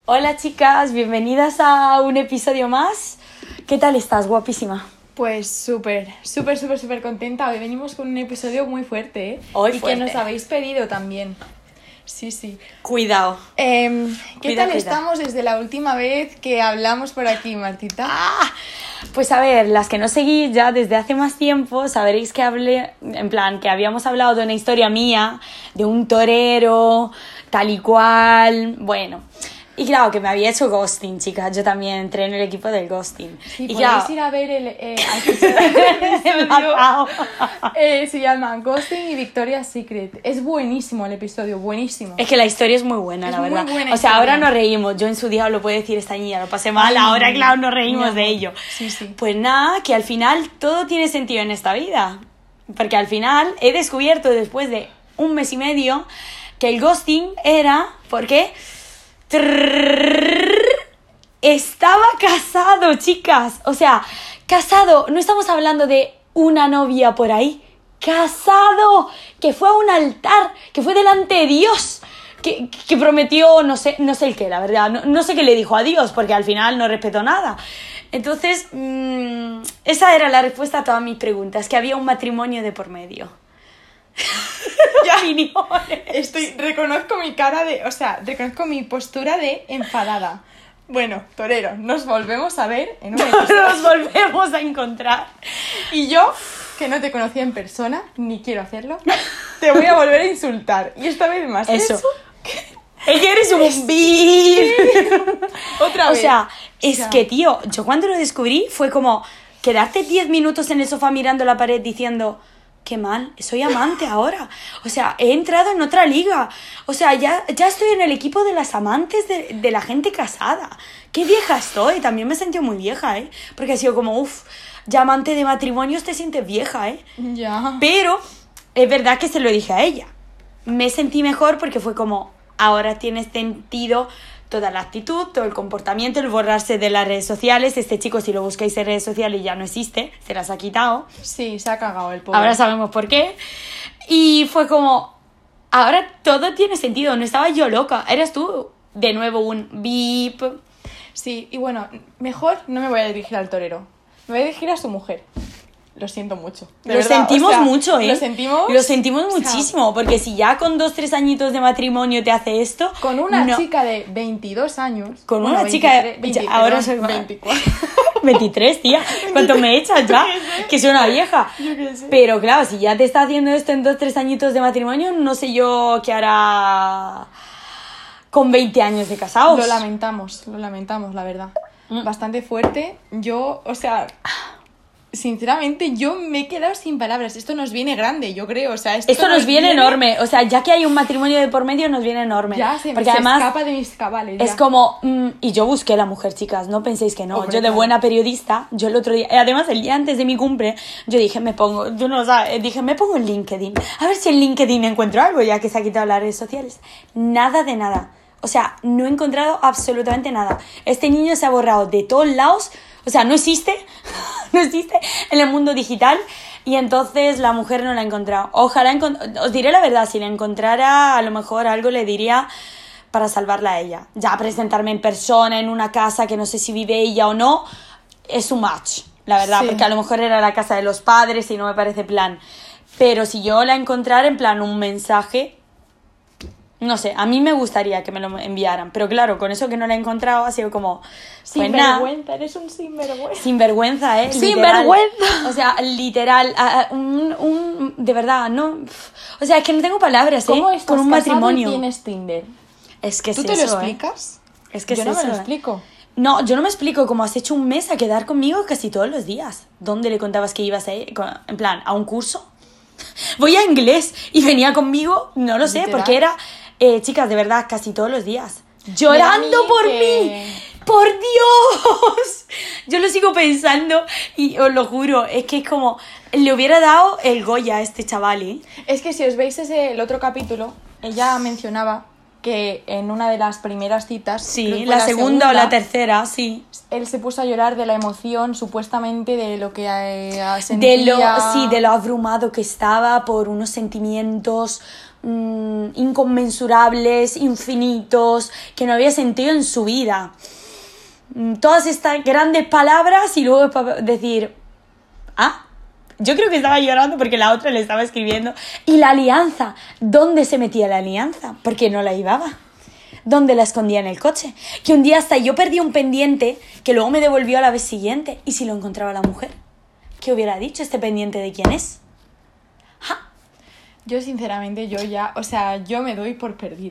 Hola chicas, bienvenidas a un episodio más. ¿Qué tal estás, guapísima? Pues súper contenta. Hoy venimos con un episodio muy fuerte, ¿eh? Hoy y fuerte. que nos habéis pedido también. Sí. Cuidado. ¿Qué tal estamos desde la última vez que hablamos por aquí, Martita? Pues a ver, las que no seguís ya desde hace más tiempo, sabréis que que habíamos hablado de una historia mía, de un torero, tal y cual, bueno. Y claro, que me había hecho ghosting, chicas. Yo también entré en el equipo del ghosting. Sí, y podéis claro, ir a ver el se llama Ghosting y Victoria's Secret. Es buenísimo el episodio, buenísimo. es que la historia es muy buena, la verdad. Muy buena o sea, historia. ahora nos reímos. Yo en su día lo puede decir esta niña, lo pasé mal. Ahora, claro, nos reímos de ello. Sí. Pues nada, que al final todo tiene sentido en esta vida. Porque al final he descubierto después de 1 mes y medio que el ghosting era... ¿Por qué? Estaba casado, chicas. O sea, casado. No estamos hablando de una novia por ahí. Casado. Que fue a un altar. Que fue delante de Dios. Que prometió, no sé el qué, la verdad. No sé qué le dijo a Dios, porque al final no respetó nada. Entonces, esa era la respuesta a todas mis preguntas. Que había un matrimonio de por medio. Reconozco mi cara de... O sea, reconozco mi postura de enfadada. Bueno, torero, nos volvemos a ver en un episodio. Nos volvemos a encontrar. Y yo, que no te conocía en persona, ni quiero hacerlo, te voy a volver a insultar. Y esta vez más. Eso. Es que eres un beef. Otra vez. O sea, que, tío, yo cuando lo descubrí fue como quedarte 10 minutos en el sofá mirando la pared diciendo... Qué mal, soy amante ahora. O sea, he entrado en otra liga. O sea, ya estoy en el equipo de las amantes de la gente casada. Qué vieja estoy. También me he sentido muy vieja, ¿eh? Porque ha sido como, ya amante de matrimonios te sientes vieja, ¿eh? Ya. Pero es verdad que se lo dije a ella. Me sentí mejor porque fue como, ahora tiene sentido... toda la actitud, todo el comportamiento, el borrarse de las redes sociales. Este chico, si lo buscáis en redes sociales, ya no existe, se las ha quitado. Sí, se ha cagado el pobre. Ahora sabemos por qué. Y fue como, ahora todo tiene sentido, no estaba yo loca, eras tú. De nuevo un beep. Sí, y bueno, mejor no me voy a dirigir al torero, me voy a dirigir a su mujer. Lo siento mucho. Lo sentimos mucho, ¿eh? Lo sentimos muchísimo, porque si ya con 2-3 añitos de matrimonio te hace esto... Con una chica de 22 años... Con una 23, chica de... 23, ahora soy 24. 23, tía. ¿Cuánto me echas ya? Que soy una vieja. Yo qué sé. Pero claro, si ya te está haciendo esto en 2-3 añitos de matrimonio, no sé yo qué hará con 20 años de casados. Lo lamentamos, la verdad. Bastante fuerte. Yo, o sea... Sinceramente, yo me he quedado sin palabras. Esto nos viene grande, yo creo. O sea, esto nos viene enorme. O sea, ya que hay un matrimonio de por medio, nos viene enorme. Ya, porque además escapa de mis cabales. Es como... y yo busqué a la mujer, chicas. No penséis que no. Hombre, yo de buena periodista, yo el otro día... Además, el día antes de mi cumple, yo dije, me pongo en LinkedIn. A ver si en LinkedIn encuentro algo, ya que se ha quitado las redes sociales. Nada de nada. O sea, no he encontrado absolutamente nada. Este niño se ha borrado de todos lados. O sea, no existe en el mundo digital y entonces la mujer no la ha encontrado. Ojalá, os diré la verdad, si la encontrara, a lo mejor algo le diría para salvarla a ella. Ya presentarme en persona, en una casa que no sé si vive ella o no, es un match, la verdad, sí. Porque a lo mejor era la casa de los padres y no me parece plan. Pero si yo la encontrara en plan un mensaje... No sé, a mí me gustaría que me lo enviaran, pero claro, con eso que no la he encontrado ha sido como... Sinvergüenza, eres un sinvergüenza. Sinvergüenza, ¿eh? Sinvergüenza. O sea, literal, de verdad, no... O sea, es que no tengo palabras, ¿eh? ¿Cómo estás con un matrimonio. Y tienes Tinder? Es que es ¿Tú te eso, lo explicas? Es que yo es no eso, me lo explico. No, yo no me explico cómo has hecho un mes a quedar conmigo casi todos los días. ¿Dónde le contabas que ibas a ir? En plan, ¿a un curso? Voy a inglés y venía conmigo, no lo sé, Literal. porque era... chicas, de verdad, casi todos los días. Llorando por mí. ¡Por Dios! Yo lo sigo pensando y os lo juro, es que es como... Le hubiera dado el Goya a este chaval, ¿eh? Es que si os veis el otro capítulo, ella mencionaba que en una de las primeras citas... Sí, la segunda o la tercera, sí. Él se puso a llorar de la emoción, supuestamente, de lo que sentía... De lo abrumado que estaba por unos sentimientos inconmensurables, infinitos, que no había sentido en su vida. Todas estas grandes palabras y luego decir, yo creo que estaba llorando porque la otra le estaba escribiendo. Y la alianza, ¿dónde se metía la alianza? Porque no la llevaba. ¿Dónde la escondía en el coche? Que un día hasta yo perdí un pendiente que luego me devolvió a la vez siguiente. ¿Y si lo encontraba la mujer? ¿Qué hubiera dicho este pendiente de quién es? Yo sinceramente, yo me doy por perdida.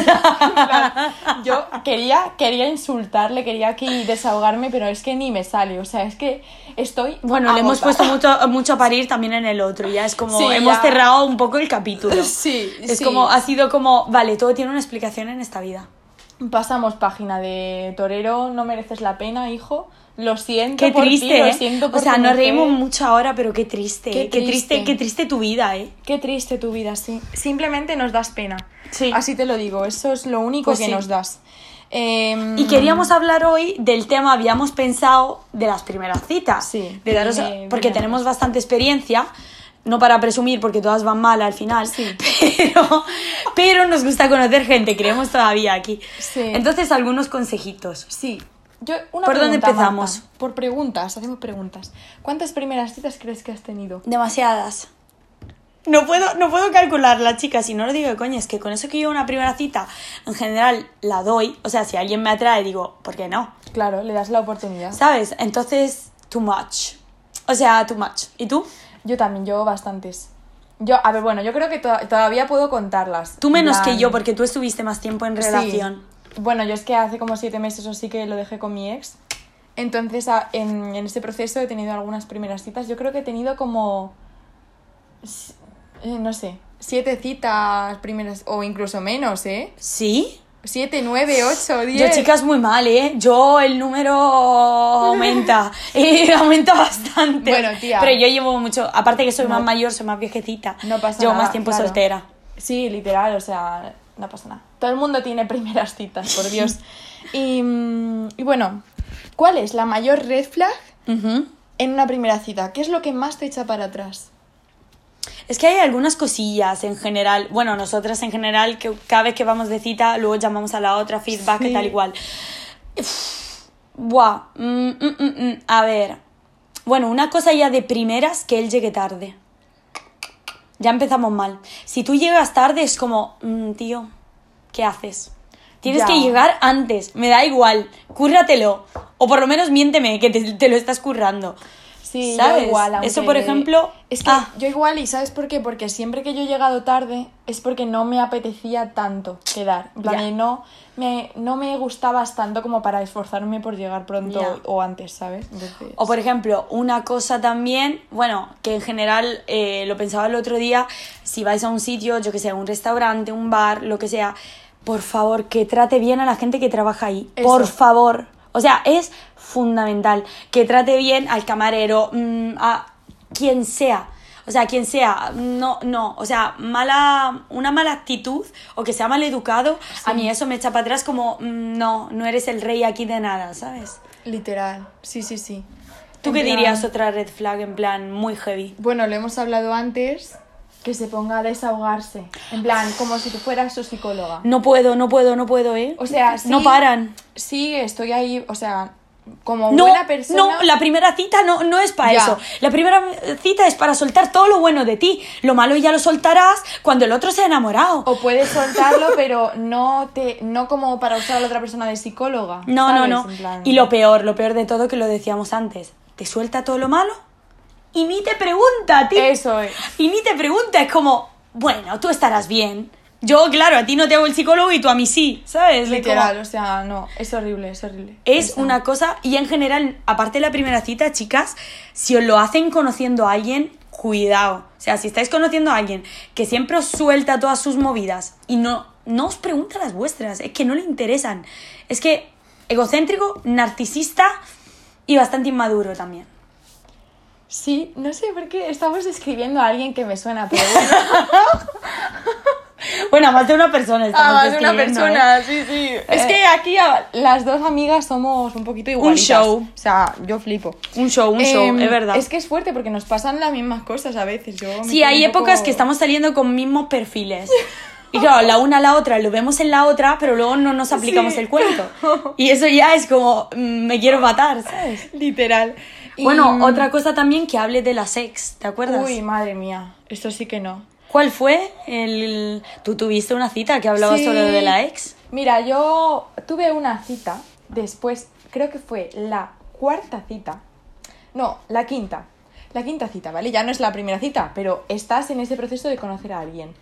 Yo quería insultarle, quería aquí desahogarme, pero es que ni me sale, o sea, es que estoy Bueno, le hemos puesto mucho a parir también en el otro, ya es como, sí, hemos cerrado un poco el capítulo. Sí, es como, ha sido como, vale, todo tiene una explicación en esta vida. Pasamos página de torero, no mereces la pena, hijo. Lo siento. Qué por triste, ti, lo siento por o sea, tu nos mujer. reímos mucho ahora, pero qué triste, qué triste tu vida, Qué triste tu vida, sí. Simplemente nos das pena. Sí. Así te lo digo, eso es lo único Pues que sí. nos das. Y queríamos hablar hoy del tema, habíamos pensado, de las primeras citas. Sí. De daros, porque tenemos bastante experiencia, no para presumir porque todas van mal al final, Sí. pero nos gusta conocer gente, creemos todavía aquí. Sí. Entonces, algunos consejitos. Sí. ¿Por dónde empezamos? Marta. Por preguntas, hacemos preguntas. ¿Cuántas primeras citas crees que has tenido? Demasiadas. No puedo calcularla, chicas, si no lo digo de coña, es que con eso que yo una primera cita, en general, la doy, o sea, si alguien me atrae, digo, ¿por qué no? Claro, le das la oportunidad. ¿Sabes? Entonces, too much. O sea, too much. ¿Y tú? Yo también, yo bastantes. Yo creo que todavía puedo contarlas. Tú menos que yo, porque tú estuviste más tiempo en relación. Sí. Bueno, yo es que hace como 7 meses o sí que lo dejé con mi ex. Entonces, en ese proceso he tenido algunas primeras citas. Yo creo que he tenido como... no sé, 7 citas primeras, o incluso menos, ¿eh? ¿Sí? 7, 9, 8, 10... Yo, chicas, muy mal, ¿eh? Yo el número aumenta. Aumenta bastante. Bueno, tía. Pero yo llevo mucho... Aparte que soy más mayor, soy más viejecita. No pasa llevo nada, más tiempo claro. soltera. Sí, literal, o sea, no pasa nada. Todo el mundo tiene primeras citas, por Dios. Y bueno, ¿cuál es la mayor red flag en una primera cita? ¿Qué es lo que más te echa para atrás? Es que hay algunas cosillas en general. Bueno, nosotras en general, que cada vez que vamos de cita, luego llamamos a la otra, feedback, Sí. tal y cual. Buah. A ver. Bueno, una cosa ya de primeras, que él llegue tarde. Ya empezamos mal. Si tú llegas tarde es como, tío, ¿qué haces? Tienes Ya. que llegar antes, me da igual, cúrratelo. O por lo menos miénteme que te lo estás currando. Sí, ¿sabes? yo igual. Eso, por ejemplo... Es que yo igual, ¿y sabes por qué? Porque siempre que yo he llegado tarde es porque no me apetecía tanto quedar. En plan, Ya. no me gustabas tanto como para esforzarme por llegar pronto Ya. o antes, ¿sabes? Entonces... O por ejemplo, una cosa también, bueno, que en general lo pensaba el otro día, si vais a un sitio, yo que sé, un restaurante, un bar, lo que sea, por favor, que trate bien a la gente que trabaja ahí. Eso. Por favor. O sea, es fundamental que trate bien al camarero, a quien sea. O sea, quien sea, no, o sea, una mala actitud o que sea mal educado, Sí. a mí eso me echa para atrás como, no eres el rey aquí de nada, ¿sabes? Literal, sí. ¿Tú En qué plan- dirías otra red flag en plan muy heavy? Bueno, lo hemos hablado antes, que se ponga a desahogarse. En plan, como si tú fueras su psicóloga. No puedo, ¿eh? O sea, sí, no paran. Sí, estoy ahí, o sea, como No, buena persona... no, la primera cita no es para Ya. eso. La primera cita es para soltar todo lo bueno de ti. Lo malo ya lo soltarás cuando el otro se ha enamorado. O puedes soltarlo, pero no como para usar a la otra persona de psicóloga. No. ¿sabes? En plan- Y lo peor de todo, que lo decíamos antes, te suelta todo lo malo y ni te pregunta a ti. Eso es. Y ni te pregunta, es como, bueno, tú estarás bien. Yo, claro, a ti no te hago el psicólogo y tú a mí sí, ¿sabes? Es Literal, como- o sea, no, es horrible. Es O sea, una cosa, y en general, aparte de la primera cita, chicas, si os lo hacen conociendo a alguien, cuidado. O sea, si estáis conociendo a alguien que siempre os suelta todas sus movidas y no os pregunta las vuestras, es que no le interesan. Es que egocéntrico, narcisista y bastante inmaduro también. Sí, no sé por qué estamos escribiendo a alguien que me suena, pero bueno. Bueno, a más de una persona estamos Más de una describiendo, persona, sí, sí. Es que aquí las dos amigas somos un poquito igualitas. show. O sea, yo flipo. Un show, es verdad. Es que es fuerte porque nos pasan las mismas cosas a veces. Sí, hay épocas que estamos saliendo con mismos perfiles. Y claro, la una a la otra lo vemos en la otra, pero luego no nos aplicamos el cuento. Y eso ya es como, me quiero matar, ¿sabes? Literal. Bueno, otra cosa también que hable de las ex, ¿te acuerdas? Uy, madre mía, esto sí que no. ¿Cuál fue Tú tuviste una cita que hablaba Sí. solo de la ex? Mira, yo tuve una cita después, creo que fue la cuarta cita. No, la quinta. La quinta cita, ¿vale? Ya no es la primera cita, pero estás en ese proceso de conocer a alguien.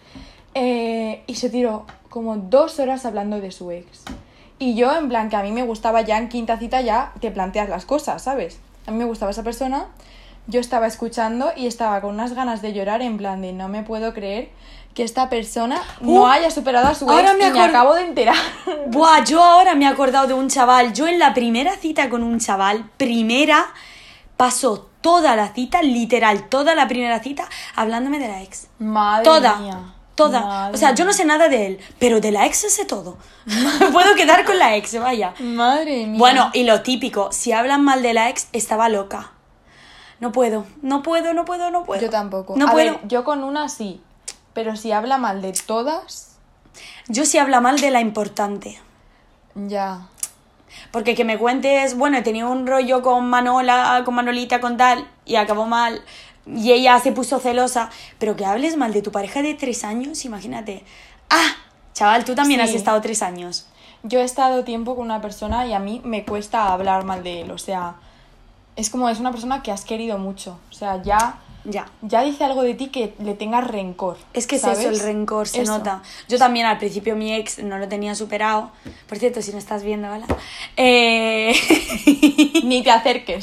Y se tiró como 2 horas hablando de su ex. Y yo, en plan, que a mí me gustaba ya en quinta cita ya te planteas las cosas, ¿sabes? A mí me gustaba esa persona, yo estaba escuchando y estaba con unas ganas de llorar en plan de no me puedo creer que esta persona no haya superado a su ahora ex y me acabo de enterar. Buah, yo ahora me he acordado de un chaval. Yo en la primera cita con un chaval, pasó toda la cita, literal, toda la primera cita, hablándome de la ex. Madre Toda. mía. Toda. Madre O sea, yo no mía. sé nada de él, pero de la ex sé todo. Me puedo quedar con la ex, vaya. Madre mía. Bueno, y lo típico, si hablan mal de la ex, estaba loca. No puedo. Yo tampoco. No a puedo. ver, yo con una sí, pero si habla mal de todas, Yo si habla mal de la importante. ya. Porque que me cuentes, bueno, he tenido un rollo con Manolita, con tal, y acabó mal, y ella se puso celosa, pero que hables mal de tu pareja de 3 años, imagínate. Ah, chaval, tú también Sí. has estado 3 años. Yo he estado tiempo con una persona y a mí me cuesta hablar mal de él, o sea, es como es una persona que has querido mucho, o sea, ya dice algo de ti que le tengas rencor. Es que es ¿sabes? eso, el rencor, se Eso. nota. Yo también al principio mi ex no lo tenía superado. Por cierto, si no estás viendo, ¿vale? Ni te acerques.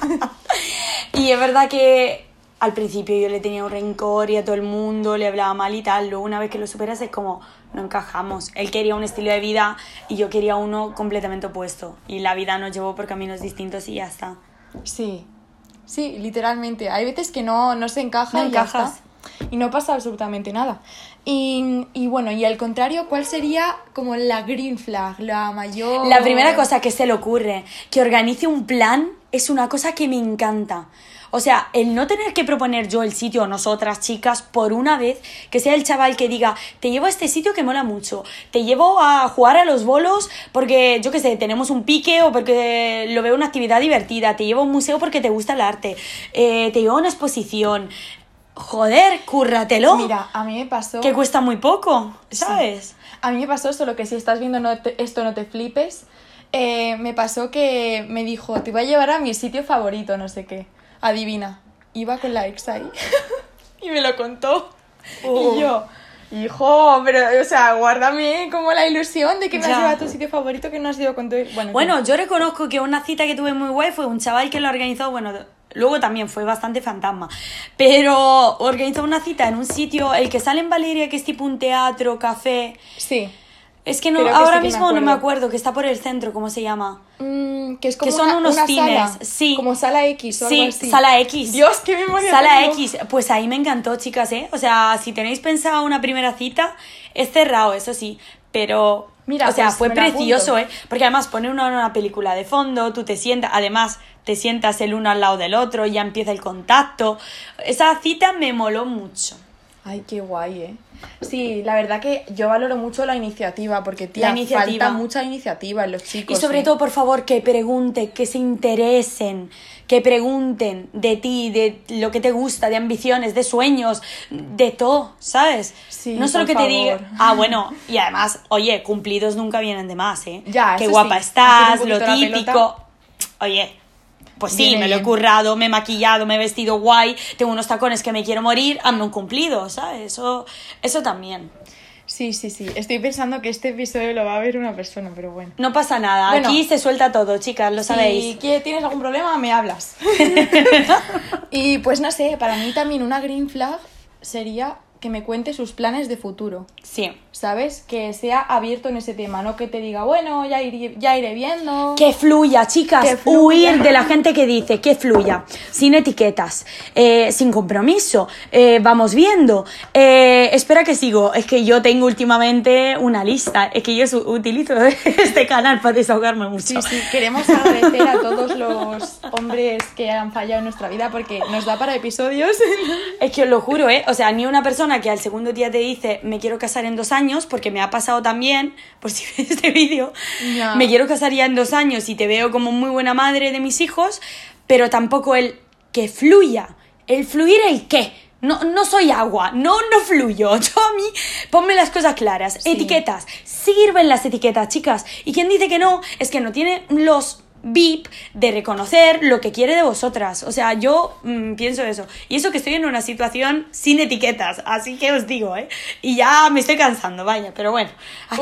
Y es verdad que al principio yo le tenía un rencor y a todo el mundo le hablaba mal y tal. Luego una vez que lo superas es como, no encajamos. Él quería un estilo de vida y yo quería uno completamente opuesto. Y la vida nos llevó por caminos distintos y ya está. Sí, sí, literalmente. Hay veces que no se encaja No y ya encajas. está. Y no pasa absolutamente nada. Y bueno, y al contrario, ¿cuál sería como la green flag, la mayor...? La primera cosa que se le ocurre, que organice un plan, es una cosa que me encanta. O sea, el no tener que proponer yo el sitio, nosotras chicas, por una vez, que sea el chaval que diga, te llevo a este sitio que mola mucho, te llevo a jugar a los bolos porque, yo qué sé, tenemos un pique o porque lo veo una actividad divertida, te llevo a un museo porque te gusta el arte, te llevo a una exposición. Joder, cúrratelo. Mira, a mí me pasó... Que cuesta muy poco, ¿sabes? Sí. A mí me pasó, solo que si estás viendo esto no te flipes, me pasó que me dijo, te voy a llevar a mi sitio favorito, no sé qué. Adivina, iba con la ex ahí y me lo contó. Y yo, hijo, pero, o sea, guárdame como la ilusión de que me has Ya. llevado a tu sitio favorito que no has ido con tu... Bueno, yo reconozco que una cita que tuve muy guay fue un chaval que lo organizó, bueno, luego también fue bastante fantasma, pero organizó una cita en un sitio, el que sale en Valeria, que es tipo un teatro, café. Sí. Es que no, Creo que ahora sí que mismo no me acuerdo, que está por el centro, ¿cómo se llama? Que es como Que son unos una cines, sala, sí. como sala X o algo Sí, así. sala X. Dios, qué memoria Sala tengo. X, pues ahí me encantó, chicas, ¿eh? O sea, si tenéis pensado una primera cita, es cerrado, eso sí, pero... Mira, o sea, pues fue me la precioso, apunto. ¿eh? Porque además pone una película de fondo, tú te sientas, además te sientas el uno al lado del otro, ya empieza el contacto. Esa cita me moló mucho. Ay, qué guay, ¿eh? Sí, la verdad que yo valoro mucho la iniciativa, porque, tía, La iniciativa. falta mucha iniciativa en los chicos. Y sobre ¿eh? todo, por favor, que pregunten, que se interesen, que pregunten de ti, de lo que te gusta, de ambiciones, de sueños, de todo, ¿sabes? Sí, no solo por que te diga, favor. bueno, y además, oye, cumplidos nunca vienen de más, ¿eh? Ya, Qué eso guapa sí, estás, hacer un lo poquito la típico. pelota. Oye, pues sí, Viene me lo he bien. currado, me he maquillado, me he vestido guay, tengo unos tacones que me quiero morir, hazme un cumplido, ¿sabes? Eso también. Sí, sí, sí. Estoy pensando que este episodio lo va a ver una persona, pero bueno. No pasa nada, Bueno. aquí se suelta todo, chicas, lo sabéis. Si tienes algún problema, me hablas. Y pues no sé, para mí también una green flag sería que me cuente sus planes de futuro. Sí. ¿sabes? Que sea abierto en ese tema, no que te diga, bueno, ya iré viendo. Que fluya, chicas, Que fluya. huir de la gente que dice que fluya, sin etiquetas, sin compromiso, vamos viendo, espera que sigo, es que yo tengo últimamente una lista, es que yo utilizo este canal para desahogarme mucho. Sí, queremos agradecer a todos los hombres que han fallado en nuestra vida porque nos da para episodios. Es que os lo juro, o sea, ni una persona que al segundo día te dice me quiero casar en 2 años, porque me ha pasado también, por si ves este vídeo, Ya. me quiero casar ya en 2 años y te veo como muy buena madre de mis hijos, pero tampoco el que fluya, el fluir el qué. No soy agua, no fluyo. Yo a mí, ponme las cosas claras. Sí. Etiquetas, sirven las etiquetas, chicas. Y quien dice que no, es que no tiene los VIP de reconocer lo que quiere de vosotras. O sea, yo pienso eso. Y eso que estoy en una situación sin etiquetas, así que os digo, y ya me estoy cansando, vaya, pero bueno,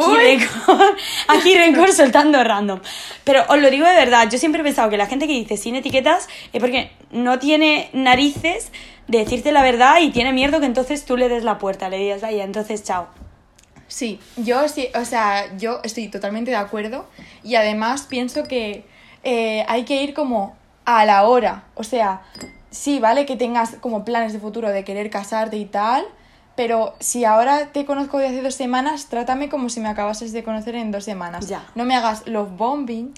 aquí rencor soltando random. Pero os lo digo de verdad, yo siempre he pensado que la gente que dice sin etiquetas es porque no tiene narices de decirte la verdad y tiene miedo que entonces tú le des la puerta, le digas, vaya, entonces chao. Sí, yo sí, o sea, yo estoy totalmente de acuerdo y además pienso que hay que ir como a la hora, o sea, sí, vale que tengas como planes de futuro de querer casarte y tal, pero si ahora te conozco de hace 2 semanas, trátame como si me acabases de conocer en 2 semanas. Ya. No me hagas love bombing.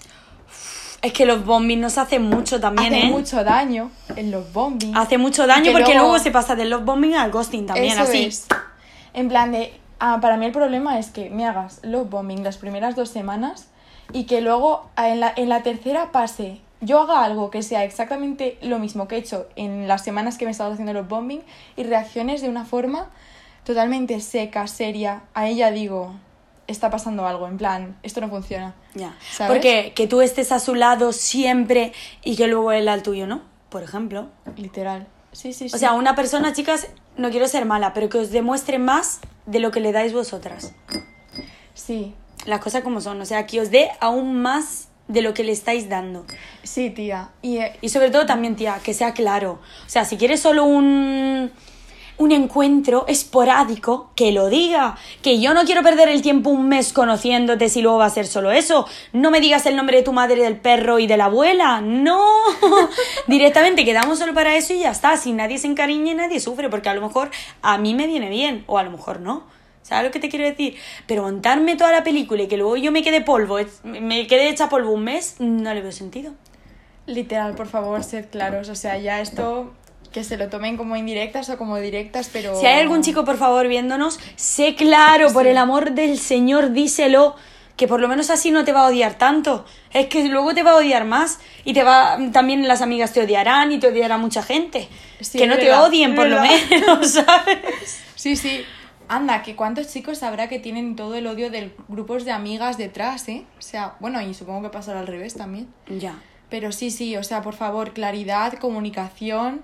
Es que los bombing nos hacen mucho también, Hace mucho daño el love bombing. Hace mucho daño que porque luego se pasa del love bombing al ghosting también, Eso así. es. En plan de... para mí el problema es que me hagas love bombing las primeras 2 semanas y que luego en la tercera pase, yo haga algo que sea exactamente lo mismo que he hecho en las semanas que me he estado haciendo love bombing y reacciones de una forma totalmente seca, seria. A ella digo, está pasando algo, en plan, esto no funciona. Ya. ¿Sabes? Porque que tú estés a su lado siempre y que luego él al tuyo, ¿no? Por ejemplo. Literal. Sí. O sea, una persona, chicas, no quiero ser mala, pero que os demuestre más de lo que le dais vosotras. Sí. Las cosas como son, o sea, que os dé aún más de lo que le estáis dando. Sí, tía. Y sobre todo también, tía, que sea claro. O sea, si quieres solo un encuentro esporádico, que lo diga. Que yo no quiero perder el tiempo un mes conociéndote si luego va a ser solo eso. No me digas el nombre de tu madre, del perro y de la abuela. No. Directamente quedamos solo para eso y ya está. Si nadie se encariña y nadie sufre, porque a lo mejor a mí me viene bien o a lo mejor no. ¿Sabes lo que te quiero decir? Pero montarme toda la película y que luego yo me quede polvo, me quede hecha polvo un mes, no le veo sentido. Literal, por favor, sed claros. O sea, ya esto... Que se lo tomen como indirectas o como directas, pero... Si hay algún chico, por favor, viéndonos, sé claro, Sí. por el amor del Señor, díselo, que por lo menos así no te va a odiar tanto. Es que luego te va a odiar más. Y también las amigas te odiarán y te odiará mucha gente. Sí, que es no te verdad, odien, es por lo verdad. menos, ¿sabes? Sí. Anda, que cuántos chicos habrá que tienen todo el odio de grupos de amigas detrás, ¿eh? O sea, bueno, y supongo que pasará al revés también. Ya. Pero sí, o sea, por favor, claridad, comunicación,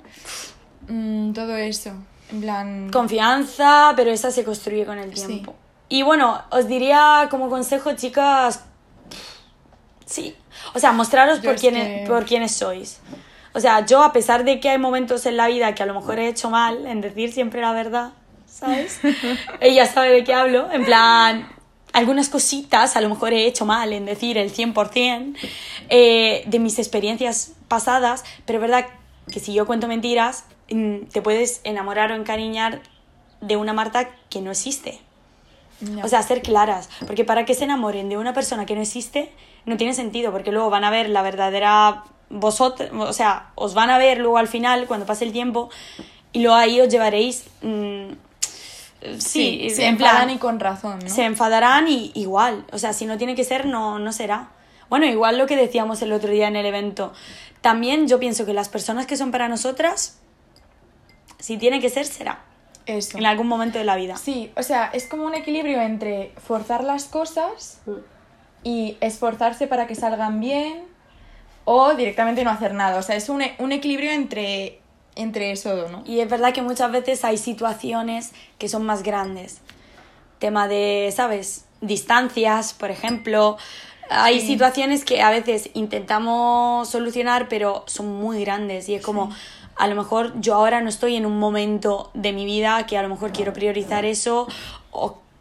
todo eso. En plan... Confianza, pero esa se construye con el tiempo. Sí. Y bueno, os diría como consejo, chicas, sí. O sea, mostraros Yo por quiénes sois. O sea, yo, a pesar de que hay momentos en la vida que a lo mejor he hecho mal en decir siempre la verdad, ¿sabes? Ella sabe de qué hablo, en plan... Algunas cositas a lo mejor he hecho mal en decir el 100% de mis experiencias pasadas, pero es verdad que si yo cuento mentiras, te puedes enamorar o encariñar de una Marta que no existe. No. O sea, ser claras, porque para que se enamoren de una persona que no existe no tiene sentido, porque luego van a ver la verdadera vosotros, o sea, os van a ver luego al final cuando pase el tiempo y luego ahí os llevaréis... Sí, se en enfadan plan, y con razón, ¿no? se enfadarán y igual, o sea, si no tiene que ser, no será. Bueno, igual lo que decíamos el otro día en el evento. También yo pienso que las personas que son para nosotras, si tiene que ser, será. Eso. En algún momento de la vida. Sí, o sea, es como un equilibrio entre forzar las cosas y esforzarse para que salgan bien o directamente no hacer nada. O sea, es un equilibrio entre eso, ¿no? Y es verdad que muchas veces hay situaciones que son más grandes. Tema de, ¿sabes? Distancias, por ejemplo. Hay Sí. situaciones que a veces intentamos solucionar, pero son muy grandes. Y es como, a lo mejor yo ahora no estoy en un momento de mi vida que a lo mejor quiero priorizar eso. O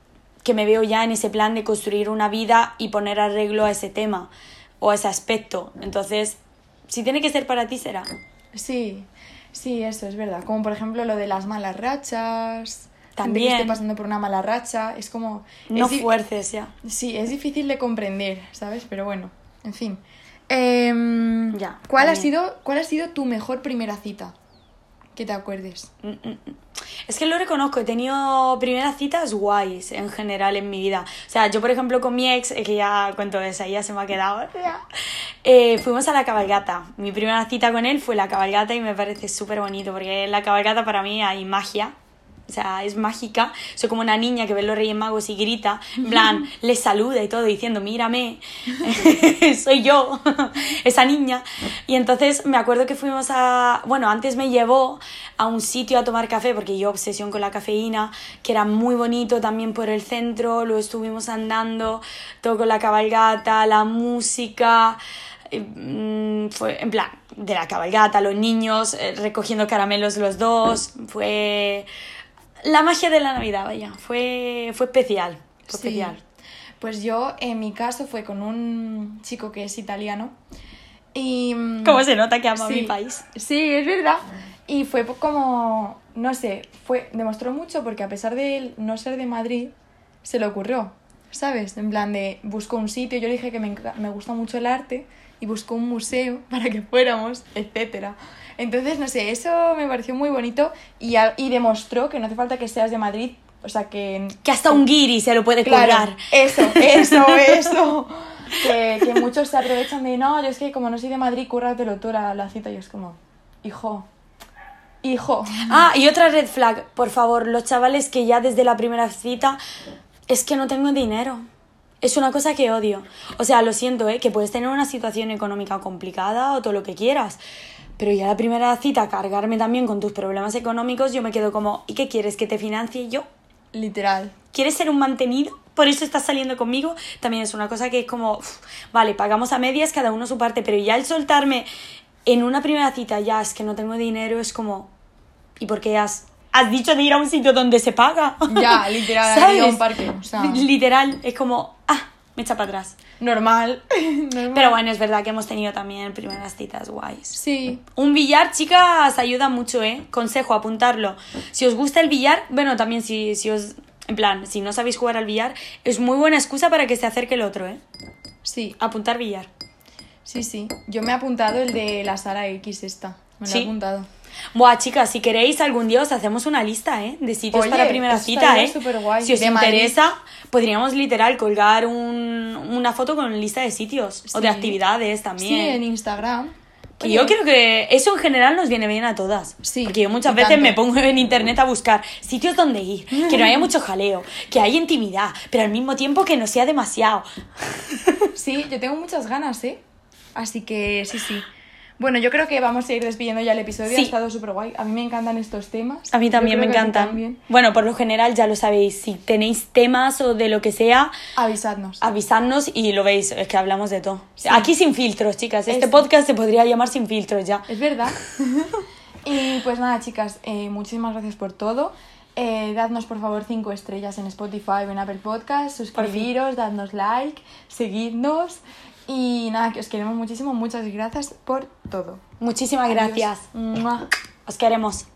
que me veo ya en ese plan de construir una vida y poner arreglo a ese tema o a ese aspecto. Entonces, si tiene que ser para ti, será. Sí, sí, eso es verdad. Como por ejemplo lo de las malas rachas. También. Gente que esté pasando por una mala racha. Es como... No fuerces ya. Sí, es difícil de comprender, ¿sabes? Pero bueno, en fin. Ya, ¿Cuál ha también. sido tu mejor primera cita? Que te acuerdes. Es que lo reconozco, he tenido primeras citas guays en general en mi vida. O sea, yo por ejemplo con mi ex, que ya cuento esa, ya se me ha quedado, fuimos a la cabalgata. Mi primera cita con él fue la cabalgata y me parece súper bonito porque en la cabalgata para mí hay magia. O sea, es mágica. Soy como una niña que ve los Reyes Magos y grita, en plan, les saluda y todo, diciendo, mírame, soy yo, esa niña. Y entonces me acuerdo que fuimos a... Bueno, antes me llevó a un sitio a tomar café, porque yo obsesión con la cafeína, que era muy bonito también por el centro. Luego estuvimos andando, todo con la cabalgata, la música... Fue en plan, de la cabalgata, los niños recogiendo caramelos los dos, fue... La magia de la Navidad, vaya, fue especial, fue Sí. especial. Pues yo, en mi caso, fue con un chico que es italiano. Y... ¿Cómo se nota que amo a sí, mi país? Sí, es verdad. Y fue como, no sé, demostró mucho porque a pesar de él no ser de Madrid, se le ocurrió, ¿sabes? En plan de, buscó un sitio, yo le dije que me gusta mucho el arte y buscó un museo para que fuéramos, etcétera. Entonces, no sé, eso me pareció muy bonito y demostró que no hace falta que seas de Madrid, o sea que... Que hasta un guiri se lo puede Claro, colgar. eso. Que muchos se aprovechan de, no, yo es que como no soy de Madrid, cúrratelo tú la cita. Y es como, hijo. Ah, y otra red flag, por favor, los chavales que ya desde la primera cita, es que no tengo dinero. Es una cosa que odio. O sea, lo siento, que puedes tener una situación económica complicada o todo lo que quieras. Pero ya la primera cita, cargarme también con tus problemas económicos, yo me quedo como, ¿y qué quieres? ¿Que te financie yo? Literal. ¿Quieres ser un mantenido? ¿Por eso estás saliendo conmigo? También es una cosa que es como, vale, pagamos a medias, cada uno su parte, pero ya el soltarme en una primera cita, ya es que no tengo dinero, es como, ¿y por qué has dicho de ir a un sitio donde se paga? Ya, literal, ¿sabes? ir a un parque, o sea... Literal, es como, me echa para atrás. Normal. Pero bueno, es verdad que hemos tenido también primeras citas guays. Sí. Un billar, chicas, ayuda mucho, Consejo, apuntarlo. Si os gusta el billar, bueno, también si os... En plan, si no sabéis jugar al billar, es muy buena excusa para que se acerque el otro, Sí, Apuntar billar. sí. Yo me he apuntado el de la Sara X esta. Me lo ¿Sí? he apuntado. Buah, chicas, si queréis algún día os hacemos una lista, de sitios Oye, para primera eso cita, estaría superguay. Si os De Madrid. interesa, podríamos literal colgar una foto con lista de sitios o de Sí. actividades Sí, también. en Instagram. Que Oye, yo creo que eso en general nos viene bien a todas. Sí, Porque yo muchas y veces tanto. me pongo en internet a buscar sitios donde ir, que no haya mucho jaleo, que haya intimidad, pero al mismo tiempo que no sea demasiado. Sí, yo tengo muchas ganas, Así que sí. Bueno, yo creo que vamos a ir despidiendo ya el episodio. Sí. Ha estado súper guay. A mí me encantan estos temas. A mí también Yo me creo que a ti encantan. también. Bueno, por lo general ya lo sabéis. Si tenéis temas o de lo que sea, Avisadnos. avisadnos y lo veis. Es que hablamos de todo. Sí. Aquí sin filtros, chicas. Este Es- podcast se podría llamar Sin Filtros ya. Es verdad. Y pues nada, chicas, muchísimas gracias por todo. Dadnos por favor 5 estrellas en Spotify o en Apple Podcast. Suscribiros, dadnos like, seguidnos. Y nada, que os queremos muchísimo. Muchas gracias por todo. Muchísimas Adiós. gracias. Mua. Os queremos.